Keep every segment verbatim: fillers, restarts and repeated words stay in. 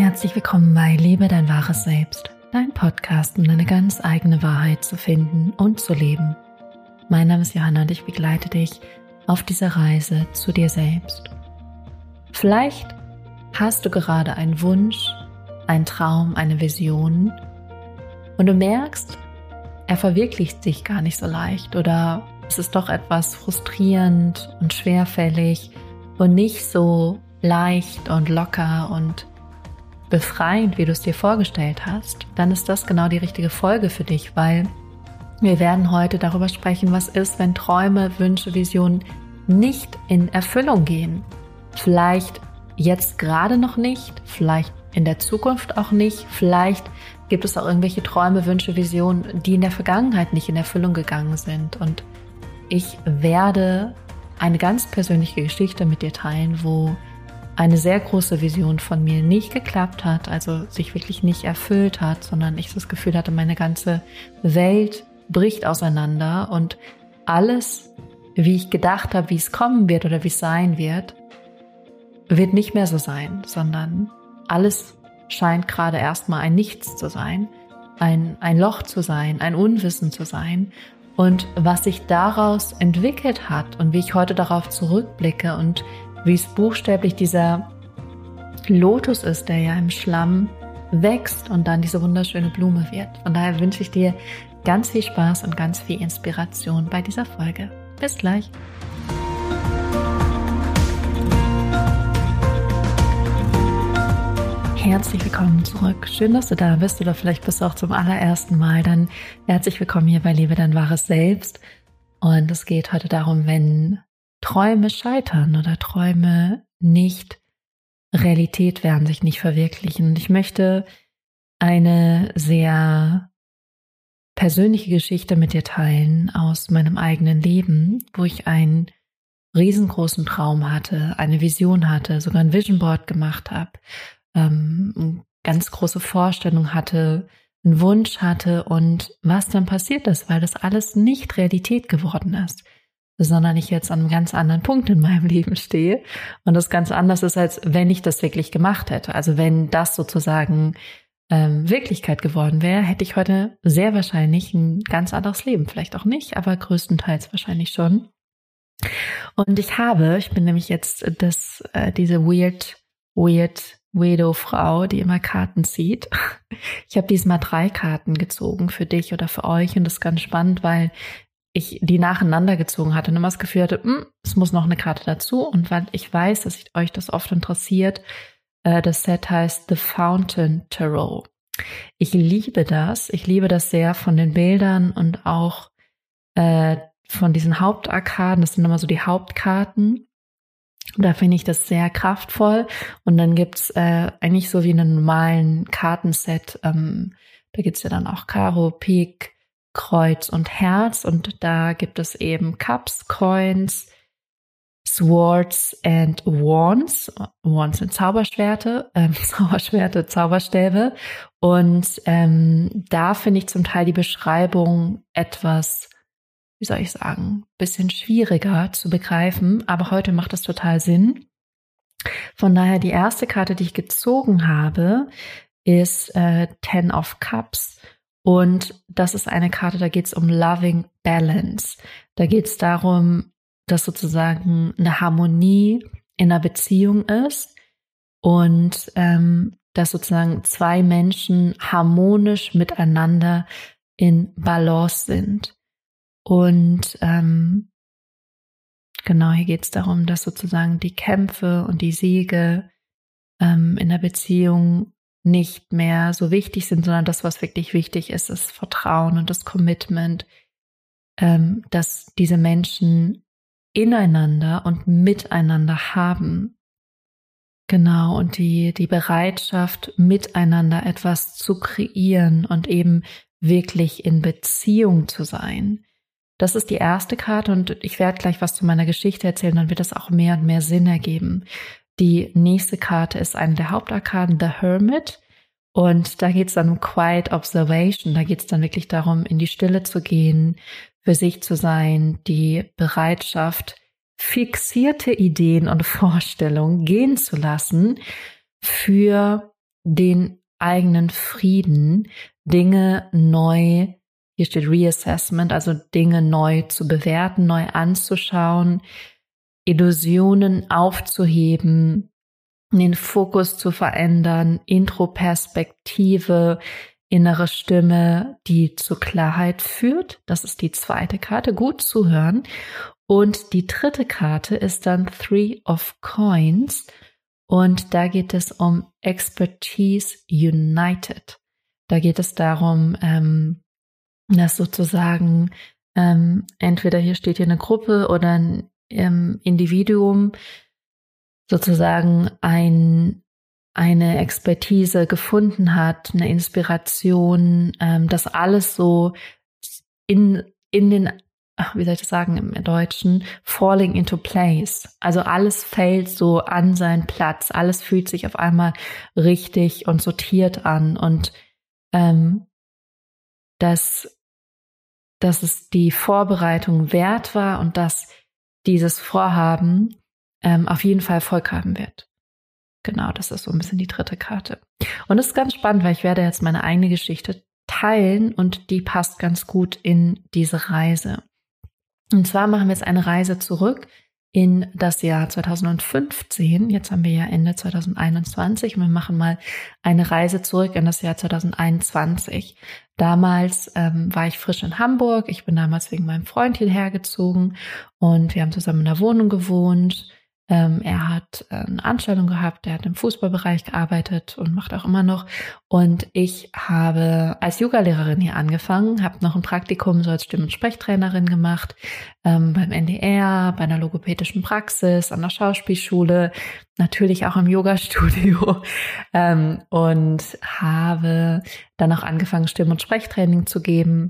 Herzlich willkommen bei Lebe dein wahres Selbst, dein Podcast, um deine ganz eigene Wahrheit zu finden und zu leben. Mein Name ist Johanna und ich begleite dich auf dieser Reise zu dir selbst. Vielleicht hast du gerade einen Wunsch, einen Traum, eine Vision und du merkst, er verwirklicht sich gar nicht so leicht oder es ist doch etwas frustrierend und schwerfällig und nicht so leicht und locker und befreiend, wie du es dir vorgestellt hast, dann ist das genau die richtige Folge für dich, weil wir werden heute darüber sprechen, was ist, wenn Träume, Wünsche, Visionen nicht in Erfüllung gehen. Vielleicht jetzt gerade noch nicht, vielleicht in der Zukunft auch nicht, vielleicht gibt es auch irgendwelche Träume, Wünsche, Visionen, die in der Vergangenheit nicht in Erfüllung gegangen sind. Und ich werde eine ganz persönliche Geschichte mit dir teilen, wo eine sehr große Vision von mir nicht geklappt hat, also sich wirklich nicht erfüllt hat, sondern ich das Gefühl hatte, meine ganze Welt bricht auseinander und alles, wie ich gedacht habe, wie es kommen wird oder wie es sein wird, wird nicht mehr so sein, sondern alles scheint gerade erstmal ein Nichts zu sein, ein, ein Loch zu sein, ein Unwissen zu sein. Und was sich daraus entwickelt hat und wie ich heute darauf zurückblicke und wie es buchstäblich dieser Lotus ist, der ja im Schlamm wächst und dann diese wunderschöne Blume wird. Von daher wünsche ich dir ganz viel Spaß und ganz viel Inspiration bei dieser Folge. Bis gleich. Herzlich willkommen zurück. Schön, dass du da bist oder vielleicht bist du auch zum allerersten Mal. Dann herzlich willkommen hier bei Lebe dein wahres Selbst. Und es geht heute darum, wenn Träume scheitern oder Träume nicht Realität werden, sich nicht verwirklichen. Und ich möchte eine sehr persönliche Geschichte mit dir teilen aus meinem eigenen Leben, wo ich einen riesengroßen Traum hatte, eine Vision hatte, sogar ein Vision Board gemacht habe, ähm, eine ganz große Vorstellung hatte, einen Wunsch hatte und was dann passiert ist, weil das alles nicht Realität geworden ist, sondern ich jetzt an einem ganz anderen Punkt in meinem Leben stehe und das ganz anders ist, als wenn ich das wirklich gemacht hätte. Also wenn das sozusagen ähm, Wirklichkeit geworden wäre, hätte ich heute sehr wahrscheinlich ein ganz anderes Leben. Vielleicht auch nicht, aber größtenteils wahrscheinlich schon. Und ich habe, ich bin nämlich jetzt das, äh, diese weird, weird, weirdo Frau, die immer Karten zieht. Ich habe diesmal drei Karten gezogen für dich oder für euch und das ist ganz spannend, weil ich die nacheinander gezogen hatte und immer das Gefühl hatte, hm, es muss noch eine Karte dazu. Und weil ich weiß, dass euch das oft interessiert, äh, das Set heißt The Fountain Tarot. Ich liebe das. Ich liebe das sehr von den Bildern und auch äh, von diesen Hauptarkaden. Das sind immer so die Hauptkarten. Und da finde ich das sehr kraftvoll. Und dann gibt's äh, eigentlich so wie in einem normalen Kartenset. Ähm, da gibt's ja dann auch Karo, Pik, Kreuz und Herz und da gibt es eben Cups, Coins, Swords and Wands. Wands sind Zauberschwerte, ähm, Zauberschwerte, Zauberstäbe und ähm, da finde ich zum Teil die Beschreibung etwas, wie soll ich sagen, bisschen schwieriger zu begreifen, aber heute macht das total Sinn. Von daher die erste Karte, die ich gezogen habe, ist äh, Ten of Cups. Und das ist eine Karte, da geht es um Loving Balance. Da geht es darum, dass sozusagen eine Harmonie in einer Beziehung ist und ähm, dass sozusagen zwei Menschen harmonisch miteinander in Balance sind. Und ähm, genau, hier geht es darum, dass sozusagen die Kämpfe und die Siege ähm, in der Beziehung nicht mehr so wichtig sind, sondern das, was wirklich wichtig ist, ist Vertrauen und das Commitment, ähm, dass diese Menschen ineinander und miteinander haben. Genau, und die, die Bereitschaft, miteinander etwas zu kreieren und eben wirklich in Beziehung zu sein. Das ist die erste Karte und ich werde gleich was zu meiner Geschichte erzählen, dann wird das auch mehr und mehr Sinn ergeben. Die nächste Karte ist eine der Hauptarkaden, The Hermit. Und da geht es dann um Quiet Observation. Da geht es dann wirklich darum, in die Stille zu gehen, für sich zu sein, die Bereitschaft, fixierte Ideen und Vorstellungen gehen zu lassen für den eigenen Frieden, Dinge neu, hier steht Reassessment, also Dinge neu zu bewerten, neu anzuschauen, Illusionen aufzuheben, den Fokus zu verändern, Introperspektive, innere Stimme, die zur Klarheit führt. Das ist die zweite Karte, gut zuhören. Und die dritte Karte ist dann Three of Coins. Und da geht es um Expertise United. Da geht es darum, ähm, dass sozusagen ähm, entweder hier steht hier eine Gruppe oder ein ähm, Individuum sozusagen ein, eine Expertise gefunden hat, eine Inspiration, ähm, das alles so in, in den, ach, wie soll ich das sagen im Deutschen, falling into place. Also alles fällt so an seinen Platz, alles fühlt sich auf einmal richtig und sortiert an und ähm, dass, dass es die Vorbereitung wert war und dass dieses Vorhaben ähm, auf jeden Fall Erfolg haben wird. Genau, das ist so ein bisschen die dritte Karte. Und das ist ganz spannend, weil ich werde jetzt meine eigene Geschichte teilen und die passt ganz gut in diese Reise. Und zwar machen wir jetzt eine Reise zurück in das Jahr zweitausendfünfzehn. Jetzt haben wir ja Ende zweitausendeinundzwanzig und wir machen mal eine Reise zurück in das Jahr zweitausendeinundzwanzig. Damals ähm, war ich frisch in Hamburg. Ich bin damals wegen meinem Freund hierher gezogen und wir haben zusammen in der Wohnung gewohnt. Ähm, er hat äh, eine Anstellung gehabt, er hat im Fußballbereich gearbeitet und macht auch immer noch. Und ich habe als Yogalehrerin hier angefangen, habe noch ein Praktikum so als Stimm- und Sprechtrainerin gemacht, ähm, beim N D R, bei einer logopädischen Praxis, an der Schauspielschule, natürlich auch im Yogastudio ähm, und habe dann auch angefangen, Stimm- und Sprechtraining zu geben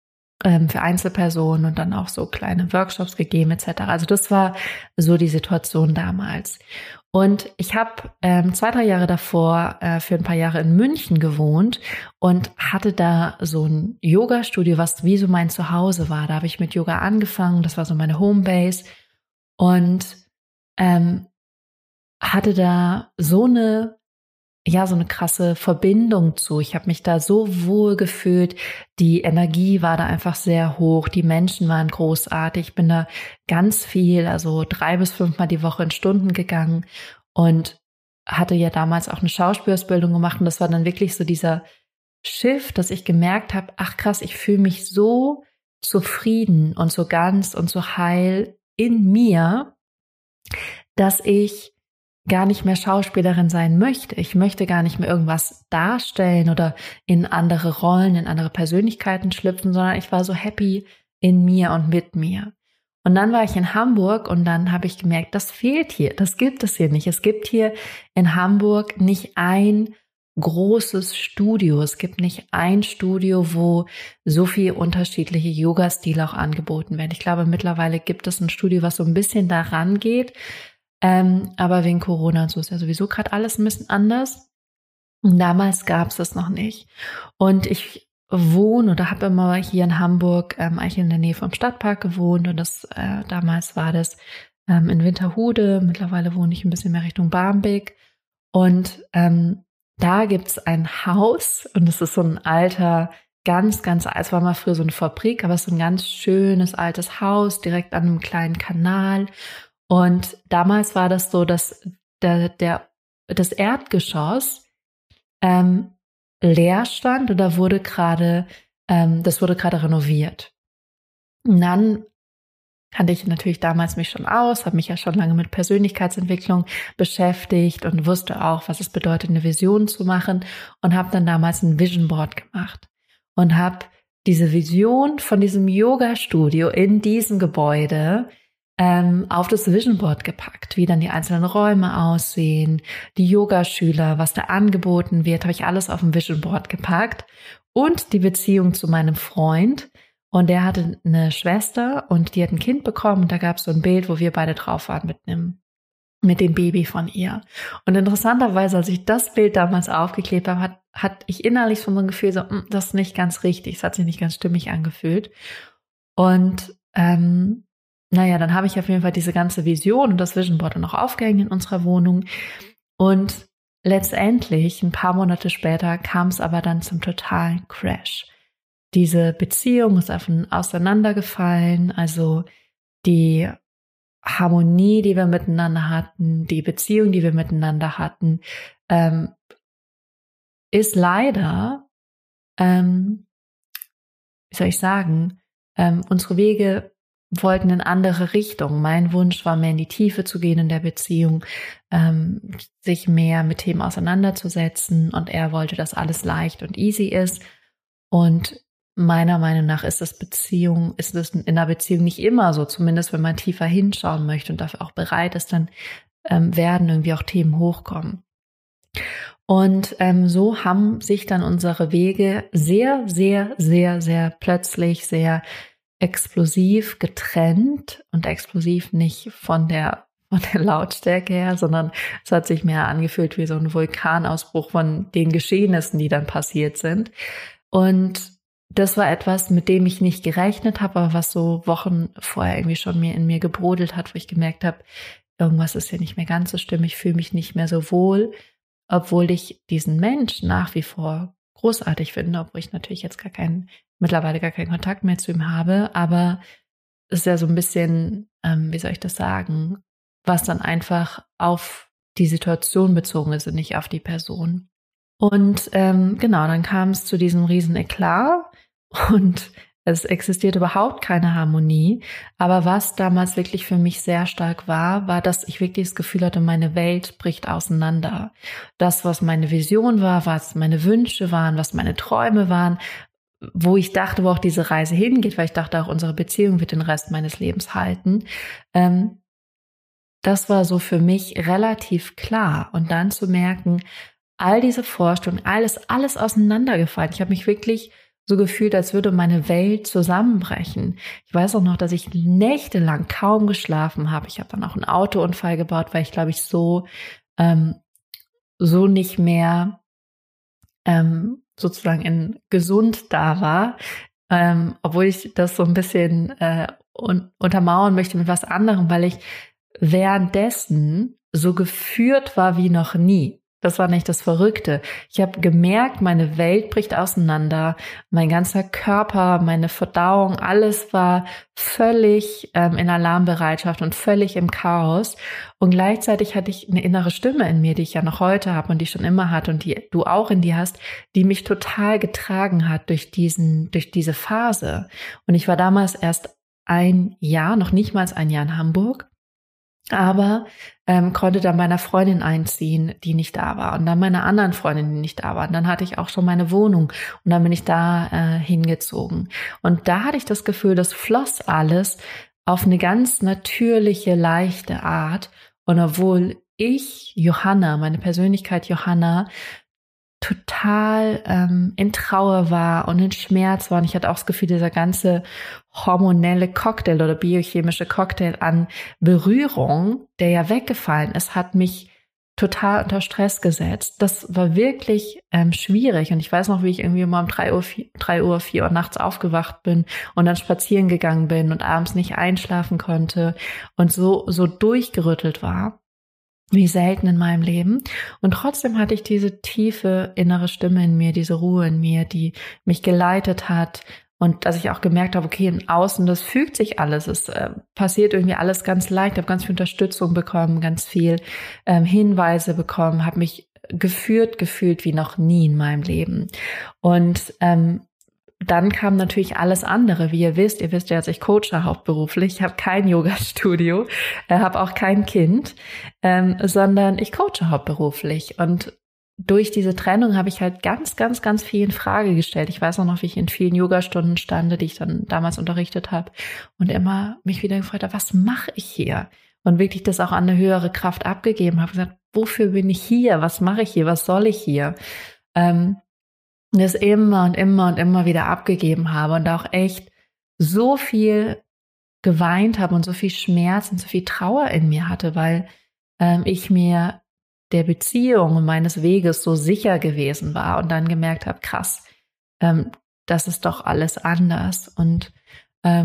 für Einzelpersonen und dann auch so kleine Workshops gegeben et cetera. Also das war so die Situation damals. Und ich habe ähm, zwei, drei Jahre davor äh, für ein paar Jahre in München gewohnt und hatte da so ein Yoga-Studio, was wie so mein Zuhause war. Da habe ich mit Yoga angefangen, das war so meine Homebase und ähm, hatte da so eine ja, so eine krasse Verbindung zu. Ich habe mich da so wohl gefühlt. Die Energie war da einfach sehr hoch. Die Menschen waren großartig. Ich bin da ganz viel, also drei bis fünfmal die Woche in Stunden gegangen und hatte ja damals auch eine Schauspielausbildung gemacht. Und das war dann wirklich so dieser Shift, dass ich gemerkt habe, ach krass, ich fühle mich so zufrieden und so ganz und so heil in mir, dass ich gar nicht mehr Schauspielerin sein möchte. Ich möchte gar nicht mehr irgendwas darstellen oder in andere Rollen, in andere Persönlichkeiten schlüpfen, sondern ich war so happy in mir und mit mir. Und dann war ich in Hamburg und dann habe ich gemerkt, das fehlt hier, das gibt es hier nicht. Es gibt hier in Hamburg nicht ein großes Studio. Es gibt nicht ein Studio, wo so viele unterschiedliche Yoga-Stile auch angeboten werden. Ich glaube, mittlerweile gibt es ein Studio, was so ein bisschen daran geht, Ähm, aber wegen Corona und so ist ja sowieso gerade alles ein bisschen anders. Und damals gab es das noch nicht. Und ich wohne oder habe immer hier in Hamburg ähm, eigentlich in der Nähe vom Stadtpark gewohnt. Und das äh, damals war das ähm, in Winterhude. Mittlerweile wohne ich ein bisschen mehr Richtung Barmbek. Und ähm, da gibt's ein Haus und das ist so ein alter, ganz, ganz, es war mal früher so eine Fabrik, aber es ist so ein ganz schönes altes Haus direkt an einem kleinen Kanal. Und damals war das so, dass der, der, das Erdgeschoss ähm, leer stand oder wurde gerade, ähm, das wurde gerade renoviert. Und dann kannte ich natürlich damals mich schon aus, habe mich ja schon lange mit Persönlichkeitsentwicklung beschäftigt und wusste auch, was es bedeutet, eine Vision zu machen und habe dann damals ein Vision Board gemacht und habe diese Vision von diesem Yoga-Studio in diesem Gebäude ähm, auf das Vision Board gepackt, wie dann die einzelnen Räume aussehen, die Yogaschüler, was da angeboten wird, habe ich alles auf dem Vision Board gepackt und die Beziehung zu meinem Freund. Und der hatte eine Schwester und die hat ein Kind bekommen und da gab es so ein Bild, wo wir beide drauf waren mit einem, mit dem Baby von ihr. Und interessanterweise, als ich das Bild damals aufgeklebt habe, hat, hat ich innerlich so ein Gefühl, so, das ist nicht ganz richtig, es hat sich nicht ganz stimmig angefühlt. Und ähm, naja, dann habe ich auf jeden Fall diese ganze Vision und das Vision Board noch aufgehängt in unserer Wohnung. Und letztendlich, ein paar Monate später, kam es aber dann zum totalen Crash. Diese Beziehung ist auseinandergefallen, also die Harmonie, die wir miteinander hatten, die Beziehung, die wir miteinander hatten, ähm, ist leider, ähm, wie soll ich sagen, ähm, unsere Wege wollten in andere Richtungen. Mein Wunsch war, mehr in die Tiefe zu gehen in der Beziehung, ähm, sich mehr mit Themen auseinanderzusetzen, und er wollte, dass alles leicht und easy ist. Und meiner Meinung nach ist das Beziehung, ist es in einer Beziehung nicht immer so, zumindest wenn man tiefer hinschauen möchte und dafür auch bereit ist, dann ähm, werden irgendwie auch Themen hochkommen. Und ähm, so haben sich dann unsere Wege sehr, sehr, sehr, sehr plötzlich, sehr explosiv getrennt, und explosiv nicht von der von der Lautstärke her, sondern es hat sich mehr angefühlt wie so ein Vulkanausbruch von den Geschehnissen, die dann passiert sind. Und das war etwas, mit dem ich nicht gerechnet habe, aber was so Wochen vorher irgendwie schon mir in mir gebrodelt hat, wo ich gemerkt habe, irgendwas ist hier nicht mehr ganz so stimmig, ich fühle mich nicht mehr so wohl, obwohl ich diesen Mensch nach wie vor großartig finde, obwohl ich natürlich jetzt gar keinen, mittlerweile gar keinen Kontakt mehr zu ihm habe, aber es ist ja so ein bisschen, ähm, wie soll ich das sagen, was dann einfach auf die Situation bezogen ist und nicht auf die Person. Und ähm, genau, dann kam es zu diesem riesen Eklat und es existiert überhaupt keine Harmonie. Aber was damals wirklich für mich sehr stark war, war, dass ich wirklich das Gefühl hatte, meine Welt bricht auseinander. Das, was meine Vision war, was meine Wünsche waren, was meine Träume waren, wo ich dachte, wo auch diese Reise hingeht, weil ich dachte, auch unsere Beziehung wird den Rest meines Lebens halten. Ähm, das war so für mich relativ klar. Und dann zu merken, all diese Vorstellungen, alles, alles auseinandergefallen. Ich habe mich wirklich so gefühlt, als würde meine Welt zusammenbrechen. Ich weiß auch noch, dass ich nächtelang kaum geschlafen habe. Ich habe dann auch einen Autounfall gebaut, weil ich, glaube ich, so, ähm, so nicht mehr ähm, sozusagen in gesund da war. Ähm, obwohl ich das so ein bisschen äh, un- untermauern möchte mit was anderem, weil ich währenddessen so geführt war wie noch nie. Das war nicht das Verrückte. Ich habe gemerkt, meine Welt bricht auseinander, mein ganzer Körper, meine Verdauung, alles war völlig ähm, in Alarmbereitschaft und völlig im Chaos. Und gleichzeitig hatte ich eine innere Stimme in mir, die ich ja noch heute habe und die ich schon immer hatte und die du auch in dir hast, die mich total getragen hat durch diesen, durch diese Phase. Und ich war damals erst ein Jahr, noch nicht mal ein Jahr in Hamburg. Aber ähm, konnte dann meiner Freundin einziehen, die nicht da war, und dann meiner anderen Freundin, die nicht da war. Und dann hatte ich auch schon meine Wohnung und dann bin ich da äh, hingezogen. Und da hatte ich das Gefühl, das floss alles auf eine ganz natürliche, leichte Art. Und obwohl ich, Johanna, meine Persönlichkeit Johanna, total ähm, in Trauer war und in Schmerz war. Und ich hatte auch das Gefühl, dieser ganze hormonelle Cocktail oder biochemische Cocktail an Berührung, der ja weggefallen ist, hat mich total unter Stress gesetzt. Das war wirklich ähm, schwierig. Und ich weiß noch, wie ich irgendwie immer um drei Uhr, drei Uhr, vier Uhr nachts aufgewacht bin und dann spazieren gegangen bin und abends nicht einschlafen konnte und so, so durchgerüttelt war. Wie selten in meinem Leben. Und trotzdem hatte ich diese tiefe innere Stimme in mir, diese Ruhe in mir, die mich geleitet hat. Und dass ich auch gemerkt habe, okay, im Außen, das fügt sich alles. Es äh, passiert irgendwie alles ganz leicht. Ich habe ganz viel Unterstützung bekommen, ganz viel ähm, Hinweise bekommen, habe mich geführt, gefühlt wie noch nie in meinem Leben. Und ähm, dann kam natürlich alles andere, wie ihr wisst. Ihr wisst ja, dass ich coache hauptberuflich. Ich habe kein Yoga-Studio, äh, habe auch kein Kind, ähm, sondern ich coache hauptberuflich. Und durch diese Trennung habe ich halt ganz, ganz, ganz viel in Frage gestellt. Ich weiß auch noch, wie ich in vielen Yogastunden stande, die ich dann damals unterrichtet habe und immer mich wieder gefragt habe, was mache ich hier? Und wirklich das auch an eine höhere Kraft abgegeben habe. Gesagt, wofür bin ich hier? Was mache ich hier? Was soll ich hier? Ähm, das immer und immer und immer wieder abgegeben habe und auch echt so viel geweint habe und so viel Schmerz und so viel Trauer in mir hatte, weil ähm, ich mir der Beziehung und meines Weges so sicher gewesen war und dann gemerkt habe, krass, ähm, das ist doch alles anders. Und ähm,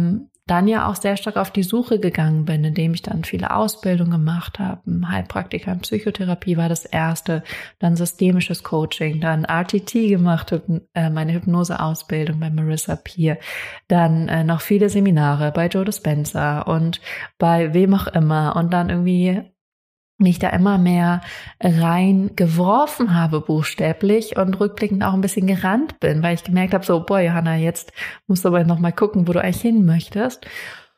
dann ja auch sehr stark auf die Suche gegangen bin, indem ich dann viele Ausbildungen gemacht habe. Ein Heilpraktiker in Psychotherapie war das erste, dann systemisches Coaching, dann R T T gemacht, meine Hypnoseausbildung bei Marissa Peer, dann äh, noch viele Seminare bei Joe Dispenza und bei wem auch immer und dann irgendwie mich da immer mehr rein geworfen habe, buchstäblich, und rückblickend auch ein bisschen gerannt bin, weil ich gemerkt habe, so, boah, Johanna, jetzt musst du aber noch mal gucken, wo du eigentlich hin möchtest.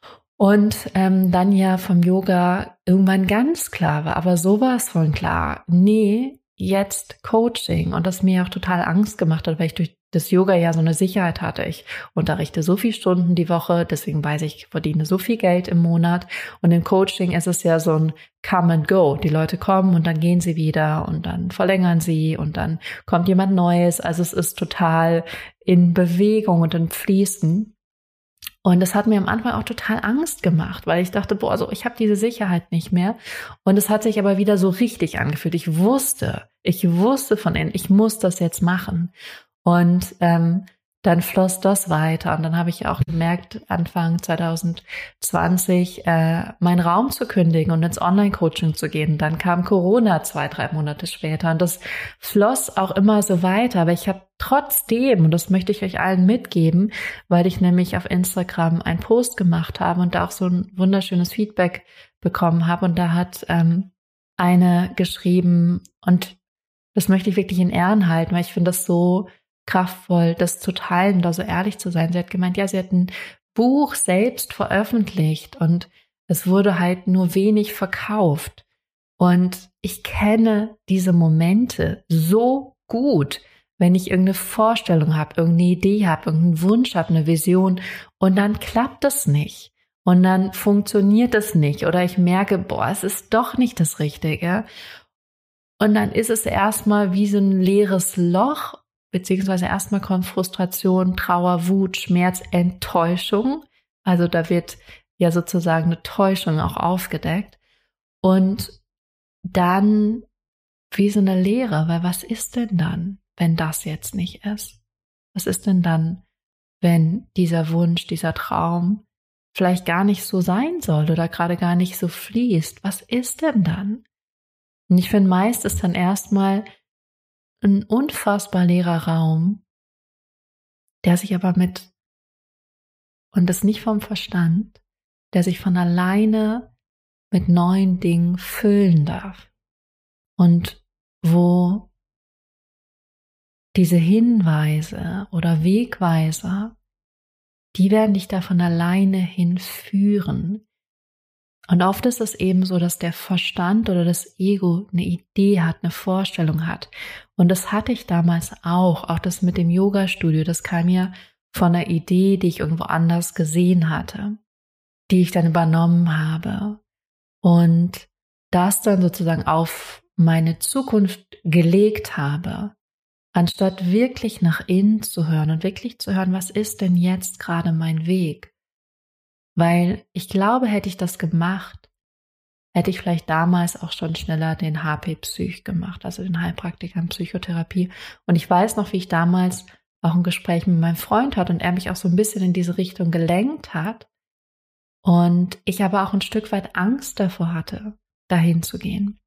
Und ähm, dann ja vom Yoga irgendwann ganz klar war, aber sowas von klar, nee, jetzt Coaching. Und das mir auch total Angst gemacht hat, weil ich durch das Yoga ja so eine Sicherheit hatte. Ich unterrichte so viele Stunden die Woche, deswegen weiß ich, ich verdiene so viel Geld im Monat. Und im Coaching ist es ja so ein Come and Go. Die Leute kommen und dann gehen sie wieder und dann verlängern sie und dann kommt jemand Neues. Also es ist total in Bewegung und in Fließen. Und das hat mir am Anfang auch total Angst gemacht, weil ich dachte, boah, so, ich habe diese Sicherheit nicht mehr. Und es hat sich aber wieder so richtig angefühlt. Ich wusste, ich wusste von innen, ich muss das jetzt machen. Und ähm, dann floss das weiter. Und dann habe ich auch gemerkt, Anfang zwanzig zwanzig äh, meinen Raum zu kündigen und ins Online-Coaching zu gehen. Dann kam Corona zwei, drei Monate später. Und das floss auch immer so weiter. Aber ich habe trotzdem, und das möchte ich euch allen mitgeben, weil ich nämlich auf Instagram einen Post gemacht habe und da auch so ein wunderschönes Feedback bekommen habe. Und da hat ähm, eine geschrieben, und das möchte ich wirklich in Ehren halten, weil ich finde das so kraftvoll, das zu teilen, da so ehrlich zu sein. Sie hat gemeint, ja, sie hat ein Buch selbst veröffentlicht und es wurde halt nur wenig verkauft. Und ich kenne diese Momente so gut, wenn ich irgendeine Vorstellung habe, irgendeine Idee habe, irgendeinen Wunsch habe, eine Vision, und dann klappt es nicht. Und dann funktioniert es nicht. Oder ich merke, boah, es ist doch nicht das Richtige. Und dann ist es erstmal wie so ein leeres Loch, beziehungsweise erstmal kommt Frustration, Trauer, Wut, Schmerz, Enttäuschung. Also da wird ja sozusagen eine Täuschung auch aufgedeckt. Und dann wie so eine Leere, weil was ist denn dann, wenn das jetzt nicht ist? Was ist denn dann, wenn dieser Wunsch, dieser Traum vielleicht gar nicht so sein soll oder gerade gar nicht so fließt? Was ist denn dann? Und ich finde, meist ist dann erstmal ein unfassbar leerer Raum, der sich aber mit, und das nicht vom Verstand, der sich von alleine mit neuen Dingen füllen darf. Und wo diese Hinweise oder Wegweiser, die werden dich da von alleine hinführen. Und oft ist es eben so, dass der Verstand oder das Ego eine Idee hat, eine Vorstellung hat. Und das hatte ich damals auch, auch das mit dem Yoga-Studio, das kam ja von einer Idee, die ich irgendwo anders gesehen hatte, die ich dann übernommen habe und das dann sozusagen auf meine Zukunft gelegt habe, anstatt wirklich nach innen zu hören und wirklich zu hören, was ist denn jetzt gerade mein Weg? Weil ich glaube, hätte ich das gemacht, hätte ich vielleicht damals auch schon schneller den H P-Psych gemacht, also den Heilpraktiker in Psychotherapie. Und ich weiß noch, wie ich damals auch ein Gespräch mit meinem Freund hatte und er mich auch so ein bisschen in diese Richtung gelenkt hat. Und ich aber auch ein Stück weit Angst davor hatte, dahin zu gehen.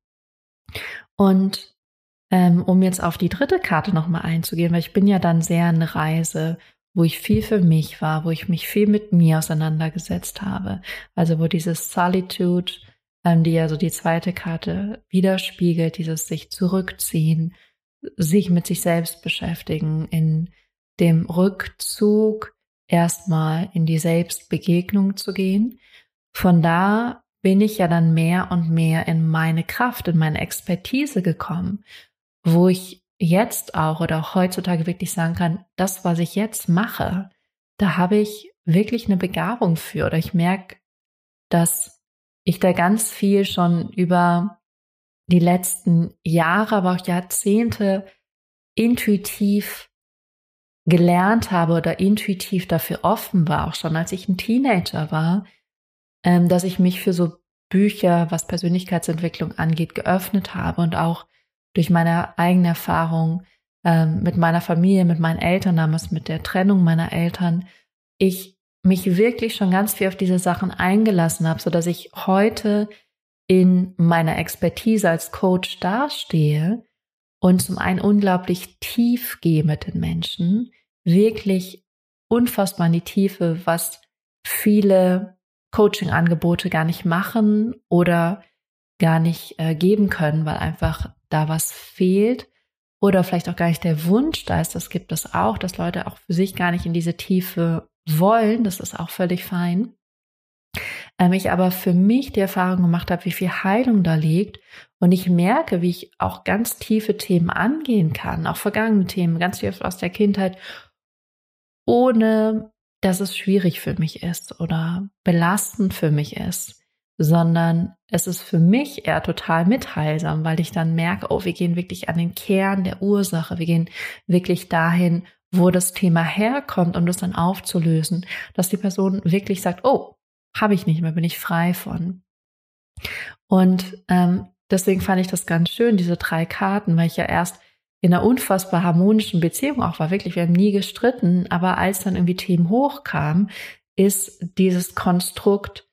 Und ähm, um jetzt auf die dritte Karte nochmal einzugehen, weil ich bin ja dann sehr eine Reise, wo ich viel für mich war, wo ich mich viel mit mir auseinandergesetzt habe. Also wo dieses Solitude, ähm, die ja so die zweite Karte widerspiegelt, dieses sich zurückziehen, sich mit sich selbst beschäftigen, in dem Rückzug erstmal in die Selbstbegegnung zu gehen. Von da bin ich ja dann mehr und mehr in meine Kraft, in meine Expertise gekommen, wo ich jetzt auch oder auch heutzutage wirklich sagen kann, das, was ich jetzt mache, da habe ich wirklich eine Begabung für. Oder ich merke, dass ich da ganz viel schon über die letzten Jahre, aber auch Jahrzehnte intuitiv gelernt habe oder intuitiv dafür offen war, auch schon als ich ein Teenager war, ähm, dass ich mich für so Bücher, was Persönlichkeitsentwicklung angeht, geöffnet habe und auch durch meine eigene Erfahrung ähm, mit meiner Familie, mit meinen Eltern, damals mit der Trennung meiner Eltern, ich mich wirklich schon ganz viel auf diese Sachen eingelassen habe, sodass ich heute in meiner Expertise als Coach dastehe und zum einen unglaublich tief gehe mit den Menschen, wirklich unfassbar in die Tiefe, was viele Coaching-Angebote gar nicht machen oder gar nicht äh, geben können, weil einfach da was fehlt oder vielleicht auch gar nicht der Wunsch da ist. Das gibt es auch, dass Leute auch für sich gar nicht in diese Tiefe wollen. Das ist auch völlig fein. Ähm, ich aber für mich die Erfahrung gemacht habe, wie viel Heilung da liegt und ich merke, wie ich auch ganz tiefe Themen angehen kann, auch vergangene Themen, ganz viel aus der Kindheit, ohne dass es schwierig für mich ist oder belastend für mich ist, sondern es ist für mich eher total mitheilsam, weil ich dann merke, oh, wir gehen wirklich an den Kern der Ursache, wir gehen wirklich dahin, wo das Thema herkommt, um das dann aufzulösen, dass die Person wirklich sagt, oh, habe ich nicht mehr, bin ich frei von. Und ähm, deswegen fand ich das ganz schön, diese drei Karten, weil ich ja erst in einer unfassbar harmonischen Beziehung auch war, wirklich, wir haben nie gestritten, aber als dann irgendwie Themen hochkamen, ist dieses Konstrukt,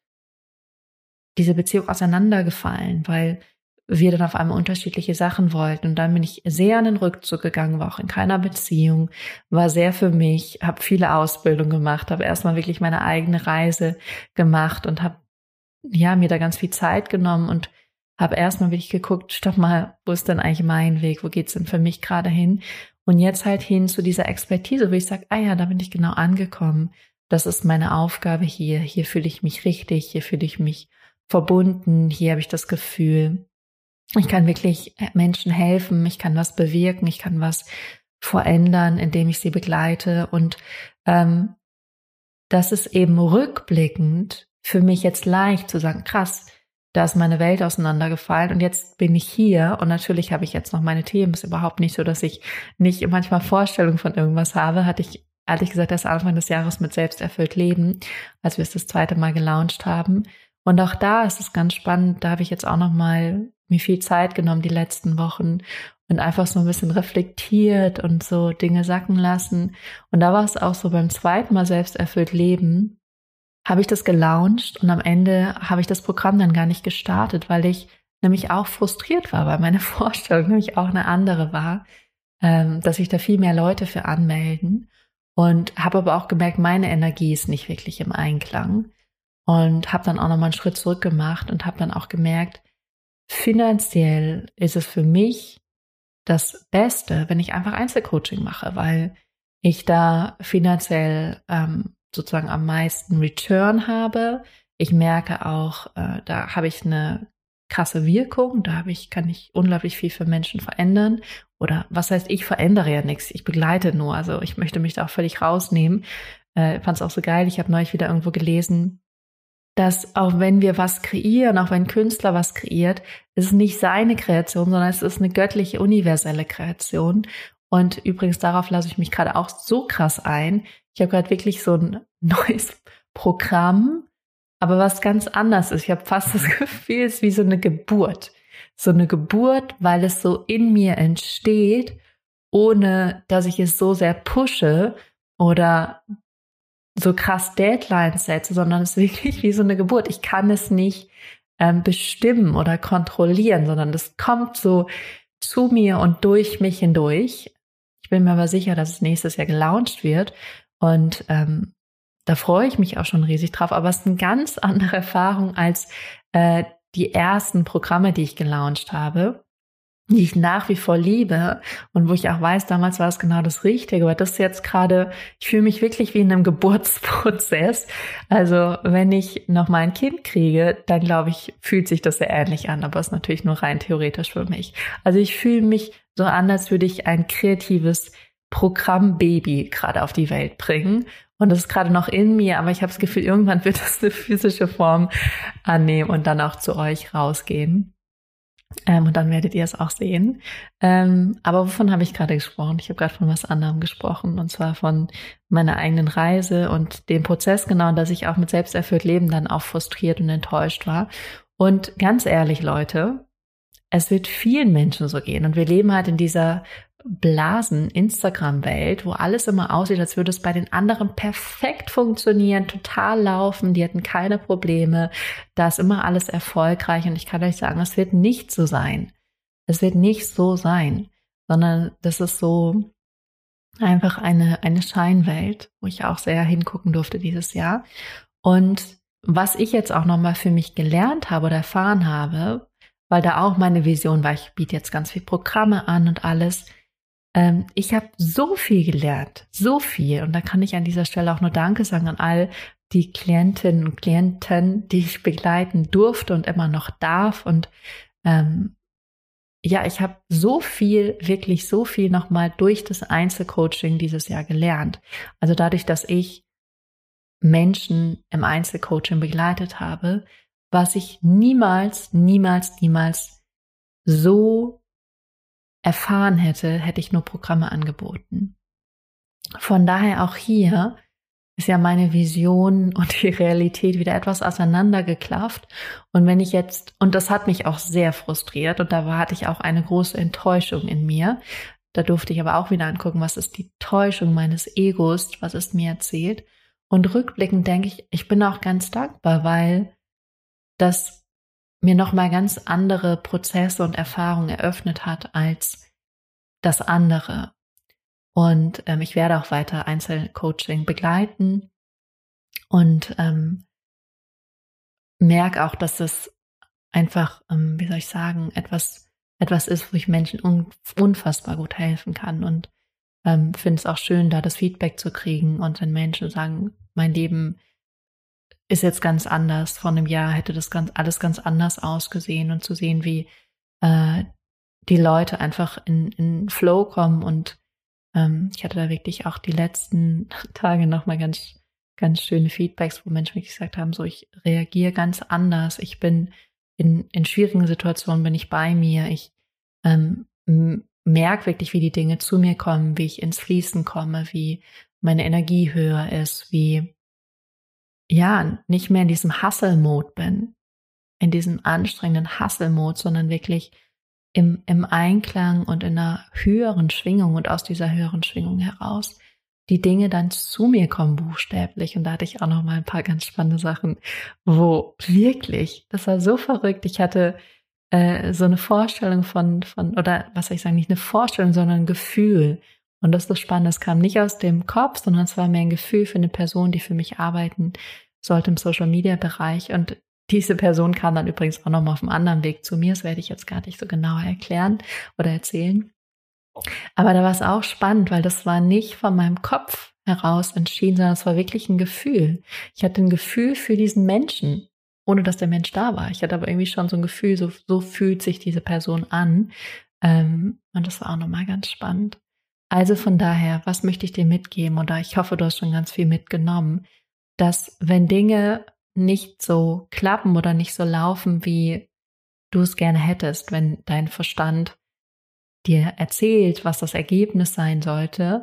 diese Beziehung auseinandergefallen, weil wir dann auf einmal unterschiedliche Sachen wollten. Und dann bin ich sehr an den Rückzug gegangen, war auch in keiner Beziehung, war sehr für mich, habe viele Ausbildungen gemacht, habe erstmal wirklich meine eigene Reise gemacht und habe ja mir da ganz viel Zeit genommen und habe erstmal wirklich geguckt, stopp mal, wo ist denn eigentlich mein Weg, wo geht's denn für mich gerade hin? Und jetzt halt hin zu dieser Expertise, wo ich sage, ah ja, da bin ich genau angekommen. Das ist meine Aufgabe hier. Hier fühle ich mich richtig, hier fühle ich mich verbunden, hier habe ich das Gefühl, ich kann wirklich Menschen helfen, ich kann was bewirken, ich kann was verändern, indem ich sie begleite. Und ähm, das ist eben rückblickend für mich jetzt leicht zu sagen, krass, da ist meine Welt auseinandergefallen und jetzt bin ich hier und natürlich habe ich jetzt noch meine Themen. Es ist überhaupt nicht so, dass ich nicht manchmal Vorstellungen von irgendwas habe. Hatte ich ehrlich gesagt erst Anfang des Jahres mit Selbsterfüllt Leben, als wir es das zweite Mal gelauncht haben. Und auch da ist es ganz spannend, da habe ich jetzt auch noch mal mir viel Zeit genommen die letzten Wochen und einfach so ein bisschen reflektiert und so Dinge sacken lassen. Und da war es auch so beim zweiten Mal Selbsterfüllt Leben, habe ich das gelauncht und am Ende habe ich das Programm dann gar nicht gestartet, weil ich nämlich auch frustriert war, weil meine Vorstellung nämlich auch eine andere war, ähm, dass sich da viel mehr Leute für anmelden und habe aber auch gemerkt, meine Energie ist nicht wirklich im Einklang und habe dann auch nochmal einen Schritt zurück gemacht und habe dann auch gemerkt, finanziell ist es für mich das Beste, wenn ich einfach Einzelcoaching mache, weil ich da finanziell ähm, sozusagen am meisten Return habe. Ich merke auch, äh, da habe ich eine krasse Wirkung, da habe ich, kann ich unglaublich viel für Menschen verändern. Oder was heißt, ich verändere ja nichts, ich begleite nur. Also ich möchte mich da auch völlig rausnehmen. Äh, fand es auch so geil, ich habe neulich wieder irgendwo gelesen, dass auch wenn wir was kreieren, auch wenn ein Künstler was kreiert, ist es nicht seine Kreation, sondern es ist eine göttliche, universelle Kreation. Und übrigens, darauf lasse ich mich gerade auch so krass ein. Ich habe gerade wirklich so ein neues Programm, aber was ganz anders ist. Ich habe fast das Gefühl, es ist wie so eine Geburt. So eine Geburt, weil es so in mir entsteht, ohne dass ich es so sehr pushe oder so krass Deadlines setze, sondern es ist wirklich wie so eine Geburt. Ich kann es nicht ähm, bestimmen oder kontrollieren, sondern das kommt so zu mir und durch mich hindurch. Ich bin mir aber sicher, dass es nächstes Jahr gelauncht wird und ähm, da freue ich mich auch schon riesig drauf. Aber es ist eine ganz andere Erfahrung als äh, die ersten Programme, die ich gelauncht habe, die ich nach wie vor liebe und wo ich auch weiß, damals war es genau das Richtige, aber das ist jetzt gerade, ich fühle mich wirklich wie in einem Geburtsprozess. Also wenn ich noch mal ein Kind kriege, dann glaube ich, fühlt sich das sehr ähnlich an, aber es ist natürlich nur rein theoretisch für mich. Also ich fühle mich so an, als würde ich ein kreatives Programmbaby gerade auf die Welt bringen. Und das ist gerade noch in mir, aber ich habe das Gefühl, irgendwann wird das eine physische Form annehmen und dann auch zu euch rausgehen. Ähm, und dann werdet ihr es auch sehen. Ähm, aber wovon habe ich gerade gesprochen? Ich habe gerade von was anderem gesprochen, und zwar von meiner eigenen Reise und dem Prozess, genau, dass ich auch mit Selbsterfüllt Leben dann auch frustriert und enttäuscht war. Und ganz ehrlich, Leute, es wird vielen Menschen so gehen. Und wir leben halt in dieser Blasen-Instagram-Welt, wo alles immer aussieht, als würde es bei den anderen perfekt funktionieren, total laufen, die hatten keine Probleme, da ist immer alles erfolgreich und ich kann euch sagen, es wird nicht so sein. Es wird nicht so sein, sondern das ist so einfach eine, eine Scheinwelt, wo ich auch sehr hingucken durfte dieses Jahr. Und was ich jetzt auch nochmal für mich gelernt habe oder erfahren habe, weil da auch meine Vision war, ich biete jetzt ganz viel Programme an und alles, ähm, ich habe so viel gelernt, so viel. Und da kann ich an dieser Stelle auch nur Danke sagen an all die Klientinnen und Klienten, die ich begleiten durfte und immer noch darf. Und ähm, ja, ich habe so viel, wirklich so viel nochmal durch das Einzelcoaching dieses Jahr gelernt. Also dadurch, dass ich Menschen im Einzelcoaching begleitet habe, was ich niemals, niemals, niemals so erfahren hätte, hätte ich nur Programme angeboten. Von daher auch hier ist ja meine Vision und die Realität wieder etwas auseinandergeklafft. Und wenn ich jetzt, und das hat mich auch sehr frustriert und da war, hatte ich auch eine große Enttäuschung in mir. Da durfte ich aber auch wieder angucken, was ist die Täuschung meines Egos, was ist mir erzählt. Und rückblickend denke ich, ich bin auch ganz dankbar, weil das mir nochmal ganz andere Prozesse und Erfahrungen eröffnet hat als das andere. Und ähm, ich werde auch weiter Einzelcoaching begleiten und ähm, merke auch, dass es einfach, ähm, wie soll ich sagen, etwas, etwas ist, wo ich Menschen un- unfassbar gut helfen kann und ähm, finde es auch schön, da das Feedback zu kriegen und wenn Menschen sagen, mein Leben ist jetzt ganz anders, vor einem Jahr hätte das ganz, alles ganz anders ausgesehen und zu sehen, wie äh, die Leute einfach in, in Flow kommen und ähm, ich hatte da wirklich auch die letzten Tage nochmal ganz, ganz schöne Feedbacks, wo Menschen wirklich gesagt haben, so ich reagiere ganz anders, ich bin in, in schwierigen Situationen bin ich bei mir, ich ähm, m- merke wirklich, wie die Dinge zu mir kommen, wie ich ins Fließen komme, wie meine Energie höher ist, wie ja, nicht mehr in diesem Hustle-Mode bin, in diesem anstrengenden Hustle-Mode, sondern wirklich im, im Einklang und in einer höheren Schwingung und aus dieser höheren Schwingung heraus die Dinge dann zu mir kommen buchstäblich. Und da hatte ich auch noch mal ein paar ganz spannende Sachen, wo wirklich, das war so verrückt, ich hatte äh, so eine Vorstellung von, von, oder was soll ich sagen, nicht eine Vorstellung, sondern ein Gefühl. Und das ist das Spannende, es kam nicht aus dem Kopf, sondern es war mehr ein Gefühl für eine Person, die für mich arbeiten sollte im Social-Media-Bereich. Und diese Person kam dann übrigens auch nochmal auf einem anderen Weg zu mir. Das werde ich jetzt gar nicht so genauer erklären oder erzählen. Aber da war es auch spannend, weil das war nicht von meinem Kopf heraus entschieden, sondern es war wirklich ein Gefühl. Ich hatte ein Gefühl für diesen Menschen, ohne dass der Mensch da war. Ich hatte aber irgendwie schon so ein Gefühl, so, so fühlt sich diese Person an. Ähm, und das war auch nochmal ganz spannend. Also von daher, was möchte ich dir mitgeben? Oder ich hoffe, du hast schon ganz viel mitgenommen, dass wenn Dinge nicht so klappen oder nicht so laufen, wie du es gerne hättest, wenn dein Verstand dir erzählt, was das Ergebnis sein sollte,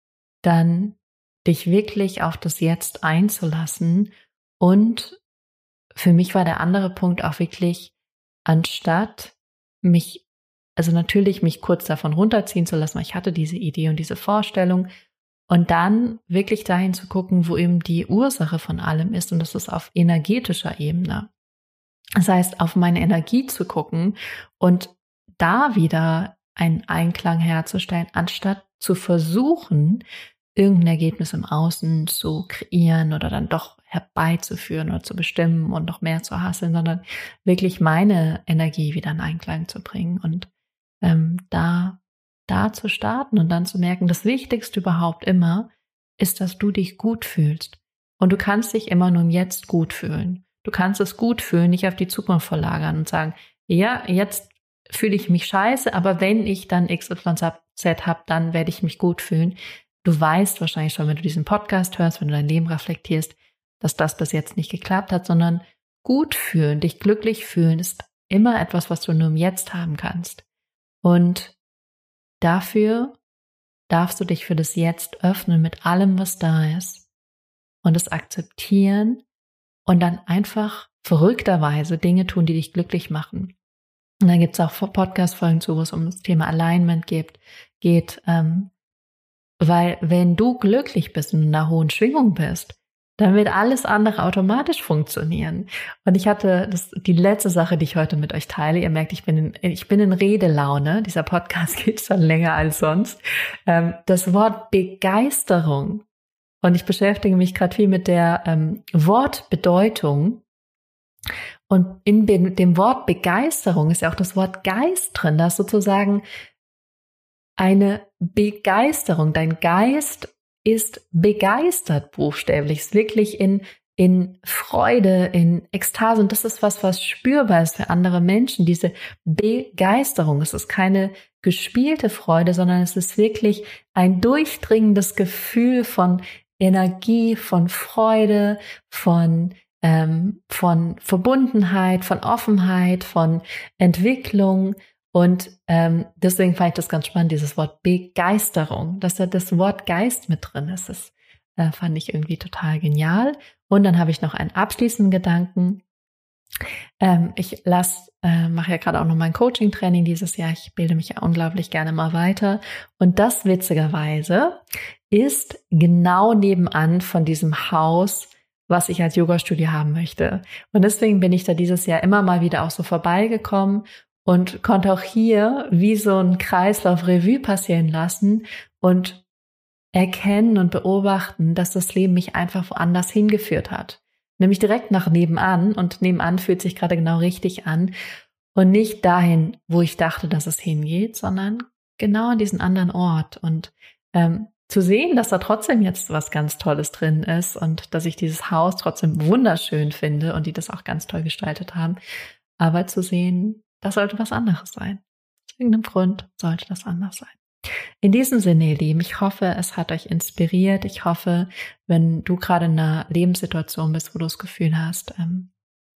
dann dich wirklich auf das Jetzt einzulassen. Und für mich war der andere Punkt auch wirklich, anstatt mich, also natürlich mich kurz davon runterziehen zu lassen, weil ich hatte diese Idee und diese Vorstellung, und dann wirklich dahin zu gucken, wo eben die Ursache von allem ist. Und das ist auf energetischer Ebene. Das heißt, auf meine Energie zu gucken und da wieder einen Einklang herzustellen, anstatt zu versuchen, irgendein Ergebnis im Außen zu kreieren oder dann doch herbeizuführen oder zu bestimmen und noch mehr zu hasseln, sondern wirklich meine Energie wieder in Einklang zu bringen und ähm, da da zu starten und dann zu merken, das Wichtigste überhaupt immer ist, dass du dich gut fühlst. Und du kannst dich immer nur im Jetzt gut fühlen. Du kannst es gut fühlen, nicht auf die Zukunft verlagern und sagen, ja, jetzt fühle ich mich scheiße, aber wenn ich dann X Y Z habe, dann werde ich mich gut fühlen. Du weißt wahrscheinlich schon, wenn du diesen Podcast hörst, wenn du dein Leben reflektierst, dass das bis jetzt nicht geklappt hat, sondern gut fühlen, dich glücklich fühlen, ist immer etwas, was du nur im Jetzt haben kannst. Und dafür darfst du dich für das Jetzt öffnen mit allem, was da ist und es akzeptieren und dann einfach verrückterweise Dinge tun, die dich glücklich machen. Und dann gibt es auch Podcast-Folgen zu, wo es um das Thema Alignment geht. geht, ähm, weil wenn du glücklich bist und in einer hohen Schwingung bist, dann wird alles andere automatisch funktionieren. Und ich hatte das, die letzte Sache, die ich heute mit euch teile. Ihr merkt, ich bin in, ich bin in Redelaune. Dieser Podcast geht schon länger als sonst. Ähm, das Wort Begeisterung. Und ich beschäftige mich gerade viel mit der ähm, Wortbedeutung. Und in dem Wort Begeisterung ist ja auch das Wort Geist drin. Da ist sozusagen eine Begeisterung. Dein Geist ist begeistert buchstäblich, ist wirklich in, in Freude, in Ekstase. Und das ist was, was spürbar ist für andere Menschen, diese Begeisterung. Es ist keine gespielte Freude, sondern es ist wirklich ein durchdringendes Gefühl von Energie, von Freude, von, ähm, von Verbundenheit, von Offenheit, von Entwicklung. Und ähm, deswegen fand ich das ganz spannend, dieses Wort Begeisterung, dass da das Wort Geist mit drin ist. Das äh, fand ich irgendwie total genial. Und dann habe ich noch einen abschließenden Gedanken. Ähm, ich lass, äh, mache ja gerade auch noch mein Coaching-Training dieses Jahr. Ich bilde mich ja unglaublich gerne mal weiter. Und das witzigerweise ist genau nebenan von diesem Haus, was ich als Yoga-Studio haben möchte. Und deswegen bin ich da dieses Jahr immer mal wieder auch so vorbeigekommen und konnte auch hier wie so ein Kreislauf Revue passieren lassen und erkennen und beobachten, dass das Leben mich einfach woanders hingeführt hat. Nämlich direkt nach nebenan, und nebenan fühlt sich gerade genau richtig an und nicht dahin, wo ich dachte, dass es hingeht, sondern genau an diesen anderen Ort. Und ähm, zu sehen, dass da trotzdem jetzt was ganz Tolles drin ist und dass ich dieses Haus trotzdem wunderschön finde und die das auch ganz toll gestaltet haben, aber zu sehen, das sollte was anderes sein. Aus irgendeinem Grund sollte das anders sein. In diesem Sinne, ihr Lieben, ich hoffe, es hat euch inspiriert. Ich hoffe, wenn du gerade in einer Lebenssituation bist, wo du das Gefühl hast, ähm,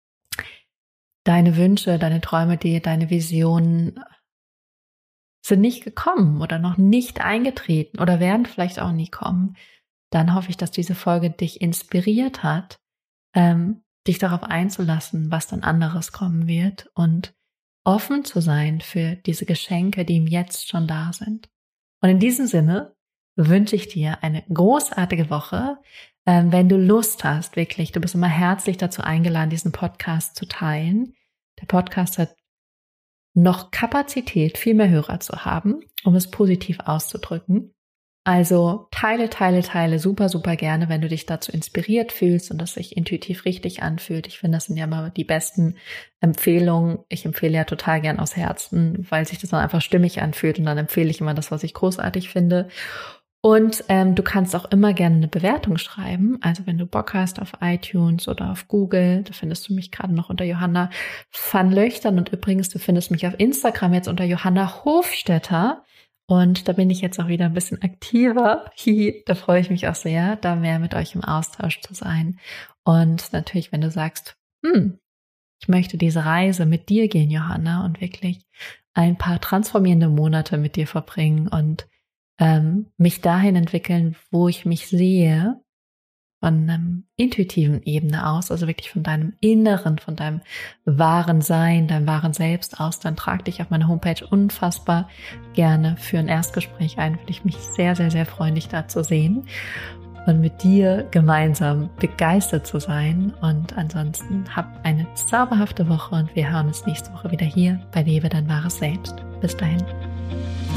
deine Wünsche, deine Träume, die, deine Visionen sind nicht gekommen oder noch nicht eingetreten oder werden vielleicht auch nie kommen, dann hoffe ich, dass diese Folge dich inspiriert hat, ähm, dich darauf einzulassen, was dann anderes kommen wird und offen zu sein für diese Geschenke, die ihm jetzt schon da sind. Und in diesem Sinne wünsche ich dir eine großartige Woche. Ähm, wenn du Lust hast, wirklich, du bist immer herzlich dazu eingeladen, diesen Podcast zu teilen. Der Podcast hat noch Kapazität, viel mehr Hörer zu haben, um es positiv auszudrücken. Also teile, teile, teile super, super gerne, wenn du dich dazu inspiriert fühlst und das sich intuitiv richtig anfühlt. Ich finde, das sind ja immer die besten Empfehlungen. Ich empfehle ja total gern aus Herzen, weil sich das dann einfach stimmig anfühlt und dann empfehle ich immer das, was ich großartig finde. Und ähm, du kannst auch immer gerne eine Bewertung schreiben. Also wenn du Bock hast auf iTunes oder auf Google, da findest du mich gerade noch unter Johanna van Löchtern. Und übrigens, du findest mich auf Instagram jetzt unter Johanna Hofstetter. Und da bin ich jetzt auch wieder ein bisschen aktiver. Hihi, da freue ich mich auch sehr, da mehr mit euch im Austausch zu sein. Und natürlich, wenn du sagst, hm, ich möchte diese Reise mit dir gehen, Johanna, und wirklich ein paar transformierende Monate mit dir verbringen und ähm, mich dahin entwickeln, wo ich mich sehe, von einer intuitiven Ebene aus, also wirklich von deinem Inneren, von deinem wahren Sein, deinem wahren Selbst aus, dann trag dich auf meine Homepage unfassbar gerne für ein Erstgespräch ein. Würde ich mich sehr, sehr, sehr freuen, dich da zu sehen und mit dir gemeinsam begeistert zu sein. Und ansonsten hab eine zauberhafte Woche und wir hören uns nächste Woche wieder hier bei Lebe dein wahres Selbst. Bis dahin.